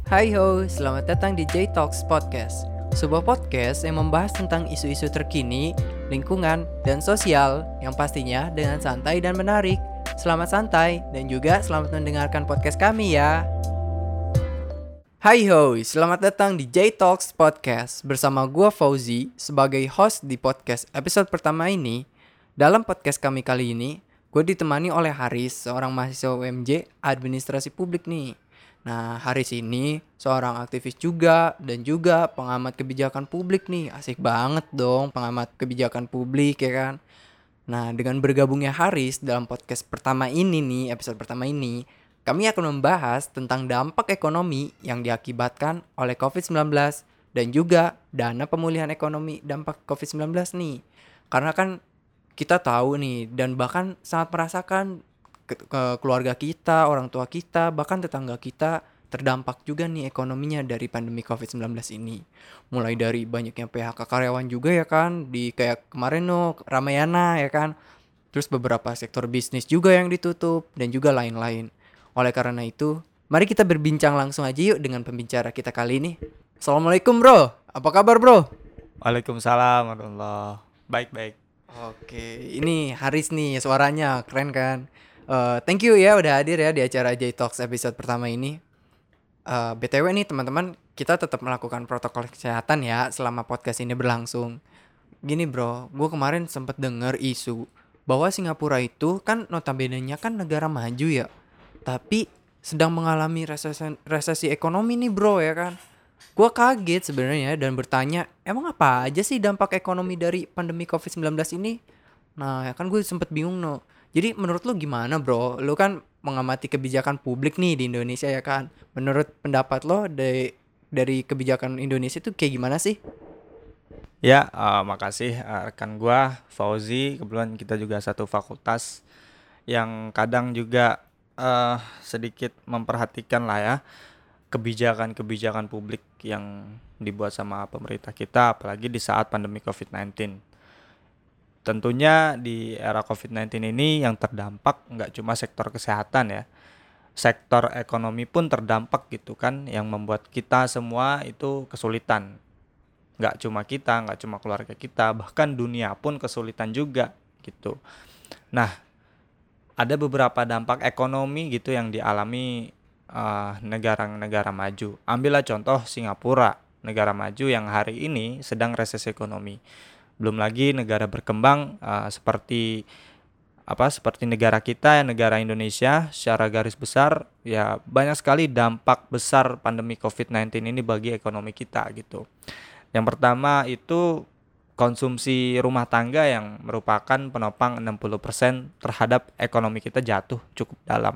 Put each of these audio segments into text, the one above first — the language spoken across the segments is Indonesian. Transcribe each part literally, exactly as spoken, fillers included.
Hai ho, selamat datang di J Talks Podcast, sebuah podcast yang membahas tentang isu-isu terkini, lingkungan, dan sosial yang pastinya dengan santai dan menarik. Selamat santai dan juga selamat mendengarkan podcast kami ya. Hai ho, selamat datang di J Talks Podcast bersama gua Fauzi sebagai host di podcast episode pertama ini. Dalam podcast kami kali ini, gue ditemani oleh Haris, seorang mahasiswa U M J Administrasi Publik nih. Nah, Haris ini seorang aktivis juga dan juga pengamat kebijakan publik nih. Asik banget dong pengamat kebijakan publik ya kan. Nah, dengan bergabungnya Haris dalam podcast pertama ini nih, episode pertama ini, kami akan membahas tentang dampak ekonomi yang diakibatkan oleh covid sembilan belas dan juga dana pemulihan ekonomi dampak covid sembilan belas nih. Karena kan kita tahu nih dan bahkan sangat merasakan ke, ke keluarga kita, orang tua kita, bahkan tetangga kita terdampak juga nih ekonominya dari pandemi covid sembilan belas ini. Mulai dari banyaknya P H K karyawan juga ya kan, di kayak kemarin no Ramayana ya kan. Terus beberapa sektor bisnis juga yang ditutup dan juga lain-lain. Oleh karena itu, mari kita berbincang langsung aja yuk dengan pembicara kita kali ini. Assalamualaikum bro, apa kabar bro? Waalaikumsalam warahmatullahi. Baik-baik. Oke, ini Haris nih suaranya keren kan. Uh, thank you ya udah hadir ya di acara J Talks episode pertama ini. Uh, B T W nih teman-teman, kita tetap melakukan protokol kesehatan ya selama podcast ini berlangsung. Gini bro, gue kemarin sempet denger isu bahwa Singapura itu kan notabene-nya kan negara maju ya, tapi sedang mengalami resesi, resesi ekonomi nih bro ya kan. Gue kaget sebenarnya dan bertanya, emang apa aja sih dampak ekonomi dari pandemi covid sembilan belas ini? Nah ya kan gue sempet bingung no. Jadi menurut lu gimana bro? Lu kan mengamati kebijakan publik nih di Indonesia ya kan. Menurut pendapat lo dari, dari kebijakan Indonesia itu kayak gimana sih? Ya, uh, makasih uh, rekan gua Fauzi. Kebetulan kita juga satu fakultas yang kadang juga uh, sedikit memperhatikan lah ya kebijakan-kebijakan publik yang dibuat sama pemerintah kita, apalagi di saat pandemi covid sembilan belas. Tentunya di era covid sembilan belas ini yang terdampak nggak cuma sektor kesehatan ya, sektor ekonomi pun terdampak gitu kan, yang membuat kita semua itu kesulitan. Nggak cuma kita, nggak cuma keluarga kita, bahkan dunia pun kesulitan juga gitu. Nah, ada beberapa dampak ekonomi gitu yang dialami uh, negara-negara maju. Ambillah contoh Singapura, negara maju yang hari ini sedang resesi ekonomi. Belum lagi negara berkembang uh, seperti apa seperti negara kita, negara Indonesia secara garis besar ya banyak sekali dampak besar pandemi covid sembilan belas ini bagi ekonomi kita gitu. Yang pertama itu konsumsi rumah tangga yang merupakan penopang enam puluh persen terhadap ekonomi kita jatuh cukup dalam.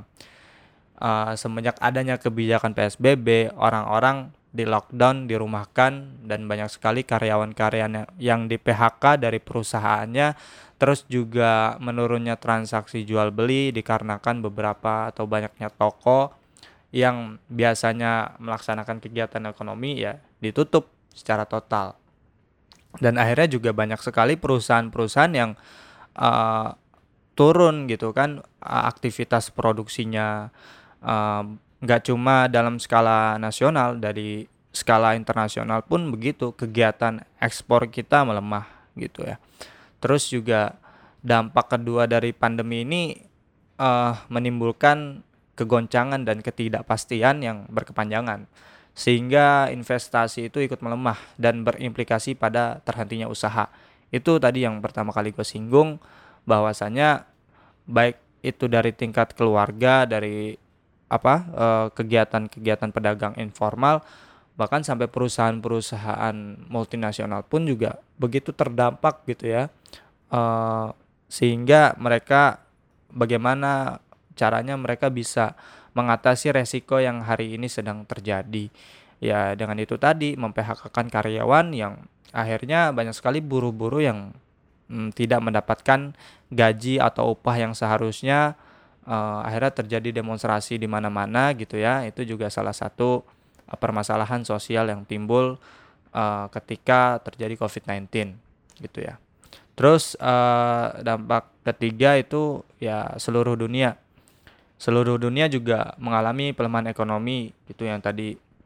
Uh, semenjak adanya kebijakan P S B B, orang-orang di lockdown, dirumahkan, dan banyak sekali karyawan-karyawan yang di P H K dari perusahaannya. Terus juga menurunnya transaksi jual beli dikarenakan beberapa atau banyaknya toko yang biasanya melaksanakan kegiatan ekonomi ya ditutup secara total. Dan akhirnya juga banyak sekali perusahaan-perusahaan yang uh, turun gitu kan uh, aktivitas produksinya. Uh, nggak cuma dalam skala nasional, dari skala internasional pun begitu, kegiatan ekspor kita melemah gitu ya. Terus juga dampak kedua dari pandemi ini uh, menimbulkan kegoncangan dan ketidakpastian yang berkepanjangan, sehingga investasi itu ikut melemah dan berimplikasi pada terhentinya usaha. Itu tadi yang pertama kali gue singgung, bahwasanya baik itu dari tingkat keluarga, dari apa eh, kegiatan-kegiatan pedagang informal, bahkan sampai perusahaan-perusahaan multinasional pun juga begitu terdampak gitu ya. Eh, sehingga mereka bagaimana caranya mereka bisa mengatasi resiko yang hari ini sedang terjadi. Ya dengan itu tadi mem-P H K-kan karyawan yang akhirnya banyak sekali buruh-buruh yang hmm, tidak mendapatkan gaji atau upah yang seharusnya. Uh, akhirnya terjadi demonstrasi di mana-mana gitu ya. Itu juga salah satu uh, permasalahan sosial yang timbul uh, ketika terjadi covid sembilan belas gitu ya. Terus uh, dampak ketiga itu ya seluruh dunia. Seluruh dunia juga mengalami pelemahan ekonomi gitu yang tadi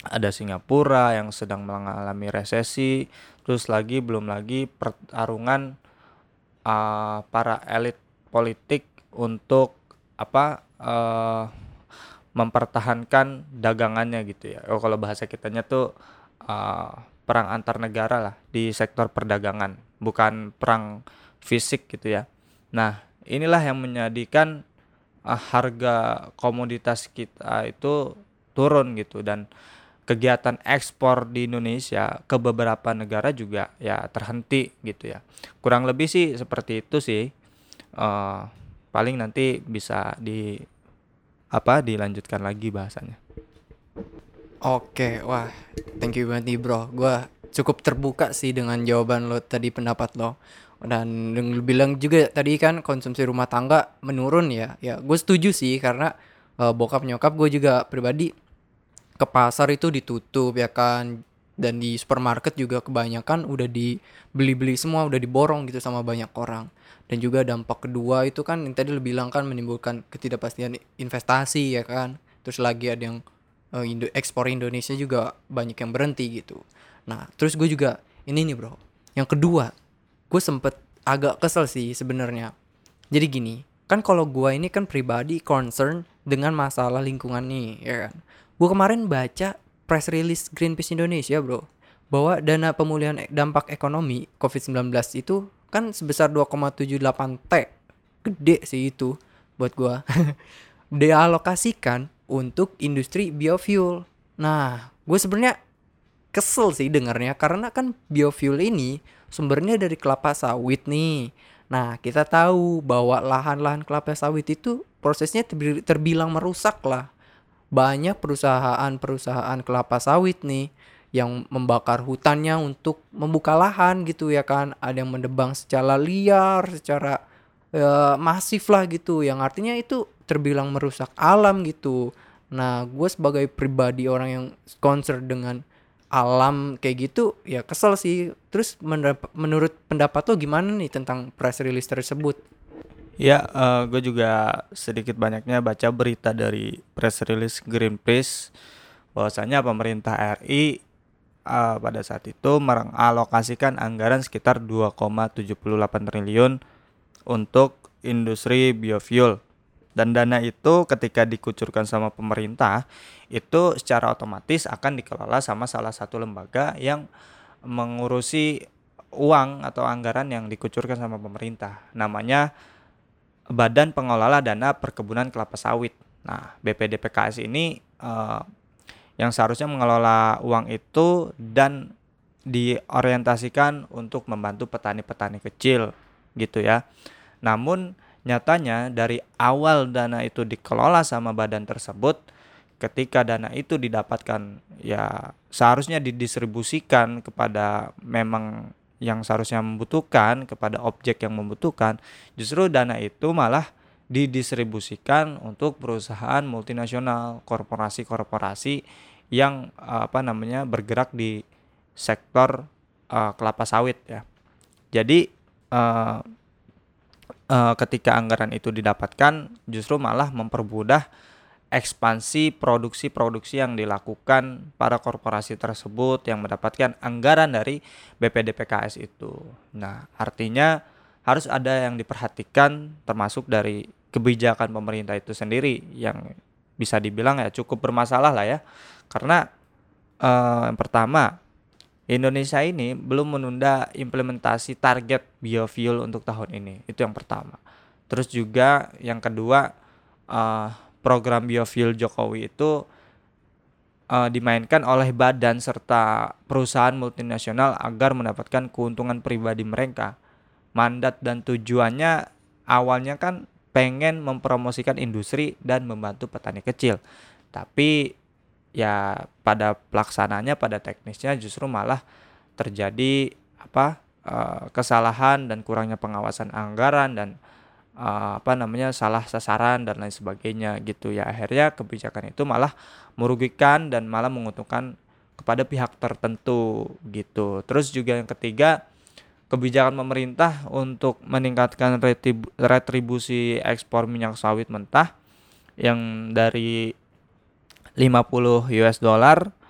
ada Singapura yang sedang mengalami resesi, terus lagi belum lagi pertarungan uh, para elit politik untuk apa uh, mempertahankan dagangannya gitu ya. Oh, kalau bahasa kitanya tuh uh, perang antar negara lah di sektor perdagangan, bukan perang fisik gitu ya. Nah, inilah yang menjadikan uh, harga komoditas kita itu turun gitu, dan kegiatan ekspor di Indonesia ke beberapa negara juga ya terhenti gitu ya. Kurang lebih sih seperti itu sih. Uh, paling nanti bisa di apa dilanjutkan lagi bahasanya. Oke, wah, thank you banget nih bro. Gua cukup terbuka sih dengan jawaban lo tadi, pendapat lo. Dan yang lo bilang juga tadi kan konsumsi rumah tangga menurun ya. Ya, gue setuju sih karena eh, bokap nyokap gue juga pribadi ke pasar itu ditutup ya kan. Dan di supermarket juga kebanyakan udah dibeli-beli semua, udah diborong gitu sama banyak orang. Dan juga dampak kedua itu kan yang tadi lo bilang kan menimbulkan ketidakpastian investasi ya kan. Terus lagi ada yang eh, Indo- ekspor Indonesia juga banyak yang berhenti gitu. Nah, terus gue juga ini nih bro. Yang kedua, gue sempet agak kesel sih sebenarnya. Jadi gini, kan kalau gue ini kan pribadi concern dengan masalah lingkungan nih, ya kan. Gue kemarin baca press release Greenpeace Indonesia bro, bahwa dana pemulihan e- dampak ekonomi covid sembilan belas itu kan sebesar dua koma tujuh delapan T. Gede sih itu buat gue. Dialokasikan untuk industri biofuel. Nah, gue sebenarnya kesel sih dengarnya karena kan biofuel ini sumbernya dari kelapa sawit nih. Nah, kita tahu bahwa lahan-lahan kelapa sawit itu prosesnya terbi- terbilang merusak lah. Banyak perusahaan-perusahaan kelapa sawit nih yang membakar hutannya untuk membuka lahan gitu ya kan. Ada yang mendebang secara liar, secara eh, masif lah gitu. Yang artinya itu terbilang merusak alam gitu. Nah, gue sebagai pribadi orang yang concern dengan alam kayak gitu ya kesel sih. Terus menurut, menurut pendapat lo gimana nih tentang press release tersebut? Ya, uh, gue juga sedikit banyaknya baca berita dari press release Greenpeace bahwasanya pemerintah R I uh, pada saat itu mengalokasikan anggaran sekitar dua koma tujuh delapan triliun untuk industri biofuel. Dan dana itu ketika dikucurkan sama pemerintah, itu secara otomatis akan dikelola sama salah satu lembaga yang mengurusi uang atau anggaran yang dikucurkan sama pemerintah. Namanya Badan Pengelola Dana Perkebunan Kelapa Sawit. Nah, B P D P K S ini eh, yang seharusnya mengelola uang itu dan diorientasikan untuk membantu petani-petani kecil gitu ya. Namun nyatanya dari awal dana itu dikelola sama badan tersebut, ketika dana itu didapatkan ya seharusnya didistribusikan kepada memang yang seharusnya membutuhkan, kepada objek yang membutuhkan, justru dana itu malah didistribusikan untuk perusahaan multinasional, korporasi-korporasi yang eh, apa namanya bergerak di sektor eh, kelapa sawit ya. Jadi eh, eh, ketika anggaran itu didapatkan justru malah mempermudah ekspansi produksi-produksi yang dilakukan para korporasi tersebut yang mendapatkan anggaran dari B P D P K S itu. Nah, artinya harus ada yang diperhatikan termasuk dari kebijakan pemerintah itu sendiri yang bisa dibilang ya cukup bermasalah lah ya. Karena eh, yang pertama, Indonesia ini belum menunda implementasi target biofuel untuk tahun ini. Itu yang pertama. Terus juga yang kedua, eh, program biofuel Jokowi itu eh, dimainkan oleh badan serta perusahaan multinasional agar mendapatkan keuntungan pribadi mereka. Mandat dan tujuannya awalnya kan pengen mempromosikan industri dan membantu petani kecil. Tapi ya pada pelaksananya, pada teknisnya justru malah terjadi apa eh, kesalahan dan kurangnya pengawasan anggaran dan eh, apa namanya salah sasaran dan lain sebagainya gitu ya. Akhirnya kebijakan itu malah merugikan dan malah menguntungkan kepada pihak tertentu gitu. Terus juga yang ketiga, kebijakan pemerintah untuk meningkatkan retribu- retribusi ekspor minyak sawit mentah yang dari lima puluh U S dollar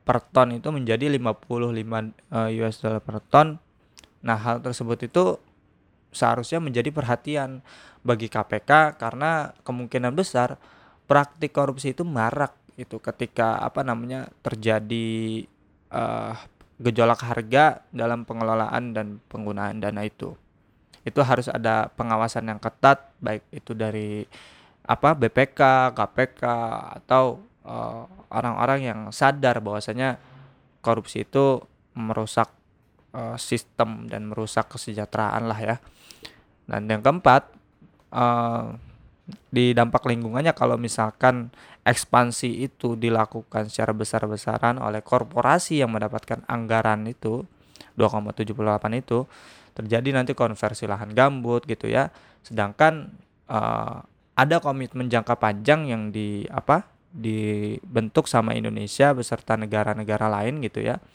per ton itu menjadi lima puluh lima uh, U S dollar per ton. Nah, hal tersebut itu seharusnya menjadi perhatian bagi K P K karena kemungkinan besar praktik korupsi itu marak itu ketika apa namanya terjadi uh, gejolak harga dalam pengelolaan dan penggunaan dana itu. Itu harus ada pengawasan yang ketat baik itu dari apa B P K, K P K atau uh, orang-orang yang sadar bahwasanya korupsi itu merusak uh, sistem dan merusak kesejahteraan lah ya. Dan yang keempat, uh, di dampak lingkungannya kalau misalkan ekspansi itu dilakukan secara besar-besaran oleh korporasi yang mendapatkan anggaran itu dua koma tujuh delapan itu, terjadi nanti konversi lahan gambut gitu ya. Sedangkan uh, ada komitmen jangka panjang yang di apa dibentuk sama Indonesia beserta negara-negara lain gitu ya,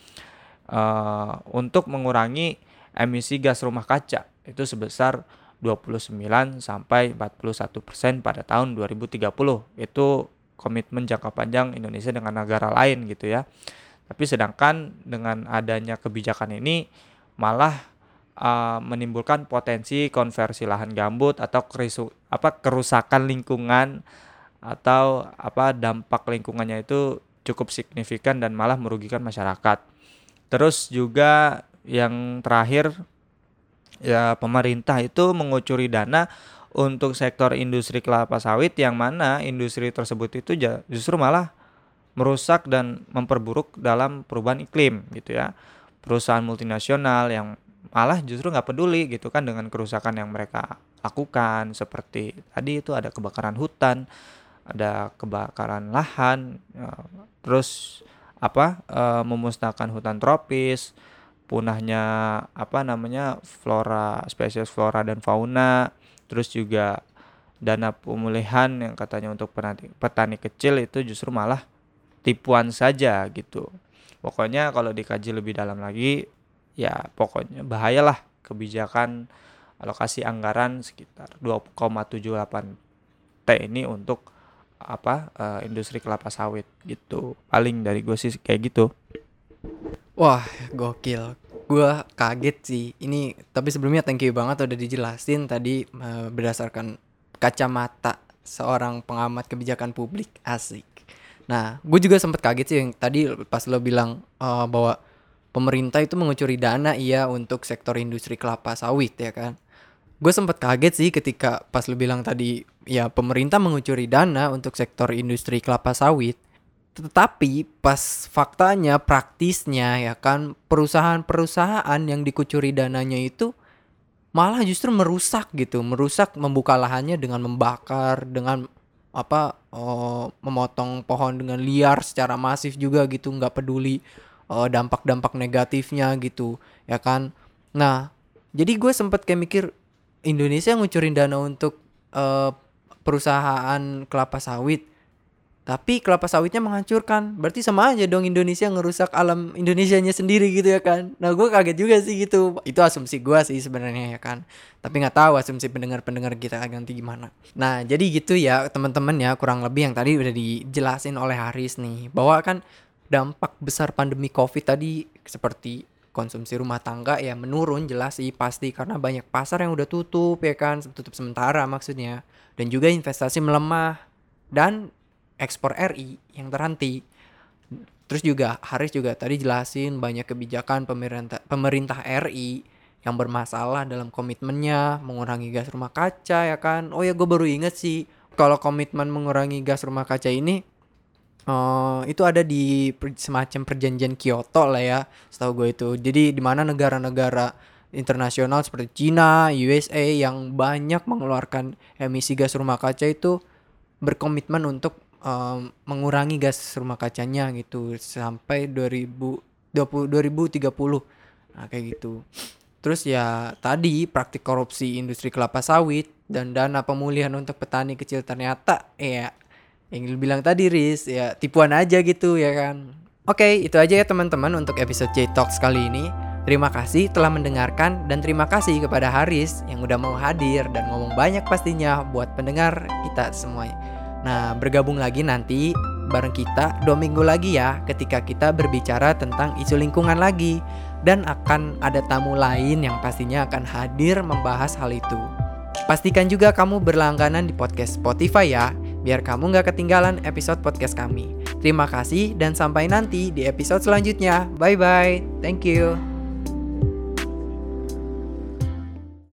uh, untuk mengurangi emisi gas rumah kaca itu sebesar dua puluh sembilan sampai empat puluh satu persen pada tahun dua ribu tiga puluh. Itu komitmen jangka panjang Indonesia dengan negara lain gitu ya. Tapi sedangkan dengan adanya kebijakan ini malah uh, menimbulkan potensi konversi lahan gambut atau kerisu, apa kerusakan lingkungan atau apa dampak lingkungannya itu cukup signifikan dan malah merugikan masyarakat. Terus juga yang terakhir, ya pemerintah itu mengucuri dana untuk sektor industri kelapa sawit yang mana industri tersebut itu justru malah merusak dan memperburuk dalam perubahan iklim gitu ya. Perusahaan multinasional yang malah justru nggak peduli gitu kan dengan kerusakan yang mereka lakukan, seperti tadi itu ada kebakaran hutan, ada kebakaran lahan, terus apa e, memusnahkan hutan tropis, punahnya apa namanya flora, spesies flora dan fauna, terus juga dana pemulihan yang katanya untuk petani, petani kecil itu justru malah tipuan saja gitu. Pokoknya kalau dikaji lebih dalam lagi ya pokoknya bahayalah kebijakan alokasi anggaran sekitar dua koma tujuh delapan T ini untuk apa uh, industri kelapa sawit gitu. Paling dari gue sih kayak gitu. Wah, gokil. Gua kaget sih. Ini tapi sebelumnya thank you banget udah dijelasin tadi uh, berdasarkan kacamata seorang pengamat kebijakan publik. Asik. Nah, gue juga sempat kaget sih yang tadi pas lo bilang uh, bahwa pemerintah itu mengucuri dana iya untuk sektor industri kelapa sawit ya kan. Gue sempat kaget sih ketika pas lo bilang tadi ya pemerintah mengucuri dana untuk sektor industri kelapa sawit. Tetapi pas faktanya, praktisnya ya kan, perusahaan-perusahaan yang dikucuri dananya itu malah justru merusak gitu, merusak membuka lahannya dengan membakar, dengan apa oh, memotong pohon dengan liar secara masif juga gitu, nggak peduli oh, dampak-dampak negatifnya gitu ya kan. Nah jadi gue sempet kayak mikir Indonesia ngucurin dana untuk uh, perusahaan kelapa sawit, tapi kelapa sawitnya menghancurkan. Berarti sama aja dong Indonesia ngerusak alam Indonesianya sendiri gitu ya kan. Nah gue kaget juga sih gitu. Itu asumsi gue sih sebenarnya ya kan. Tapi gak tahu asumsi pendengar-pendengar kita nanti gimana. Nah jadi gitu ya teman-teman ya, kurang lebih yang tadi udah dijelasin oleh Haris nih, bahwa kan dampak besar pandemi COVID tadi seperti konsumsi rumah tangga ya menurun jelas sih pasti, karena banyak pasar yang udah tutup ya kan, tutup sementara maksudnya. Dan juga investasi melemah dan ekspor R I yang terhenti. Terus juga Haris juga tadi jelasin banyak kebijakan pemerintah pemerintah R I yang bermasalah dalam komitmennya mengurangi gas rumah kaca ya kan. Oh ya gue baru inget sih kalau komitmen mengurangi gas rumah kaca ini uh, itu ada di per, semacam perjanjian Kyoto lah ya, setahu gue itu. Jadi di mana negara-negara internasional seperti Cina, U S A yang banyak mengeluarkan emisi gas rumah kaca itu berkomitmen untuk um, mengurangi gas rumah kacanya gitu sampai dua ribu dua puluh, dua ribu tiga puluh. Nah kayak gitu. Terus ya tadi praktik korupsi industri kelapa sawit dan dana pemulihan untuk petani kecil ternyata ya yang bilang tadi Riz ya tipuan aja gitu ya kan. Oke, itu aja ya teman-teman untuk episode J-Talks kali ini. Terima kasih telah mendengarkan dan terima kasih kepada Haris yang udah mau hadir dan ngomong banyak pastinya buat pendengar kita semuanya. Nah, bergabung lagi nanti bareng kita dua minggu lagi ya, ketika kita berbicara tentang isu lingkungan lagi. Dan akan ada tamu lain yang pastinya akan hadir membahas hal itu. Pastikan juga kamu berlangganan di podcast Spotify ya, biar kamu gak ketinggalan episode podcast kami. Terima kasih dan sampai nanti di episode selanjutnya. Bye-bye. Thank you.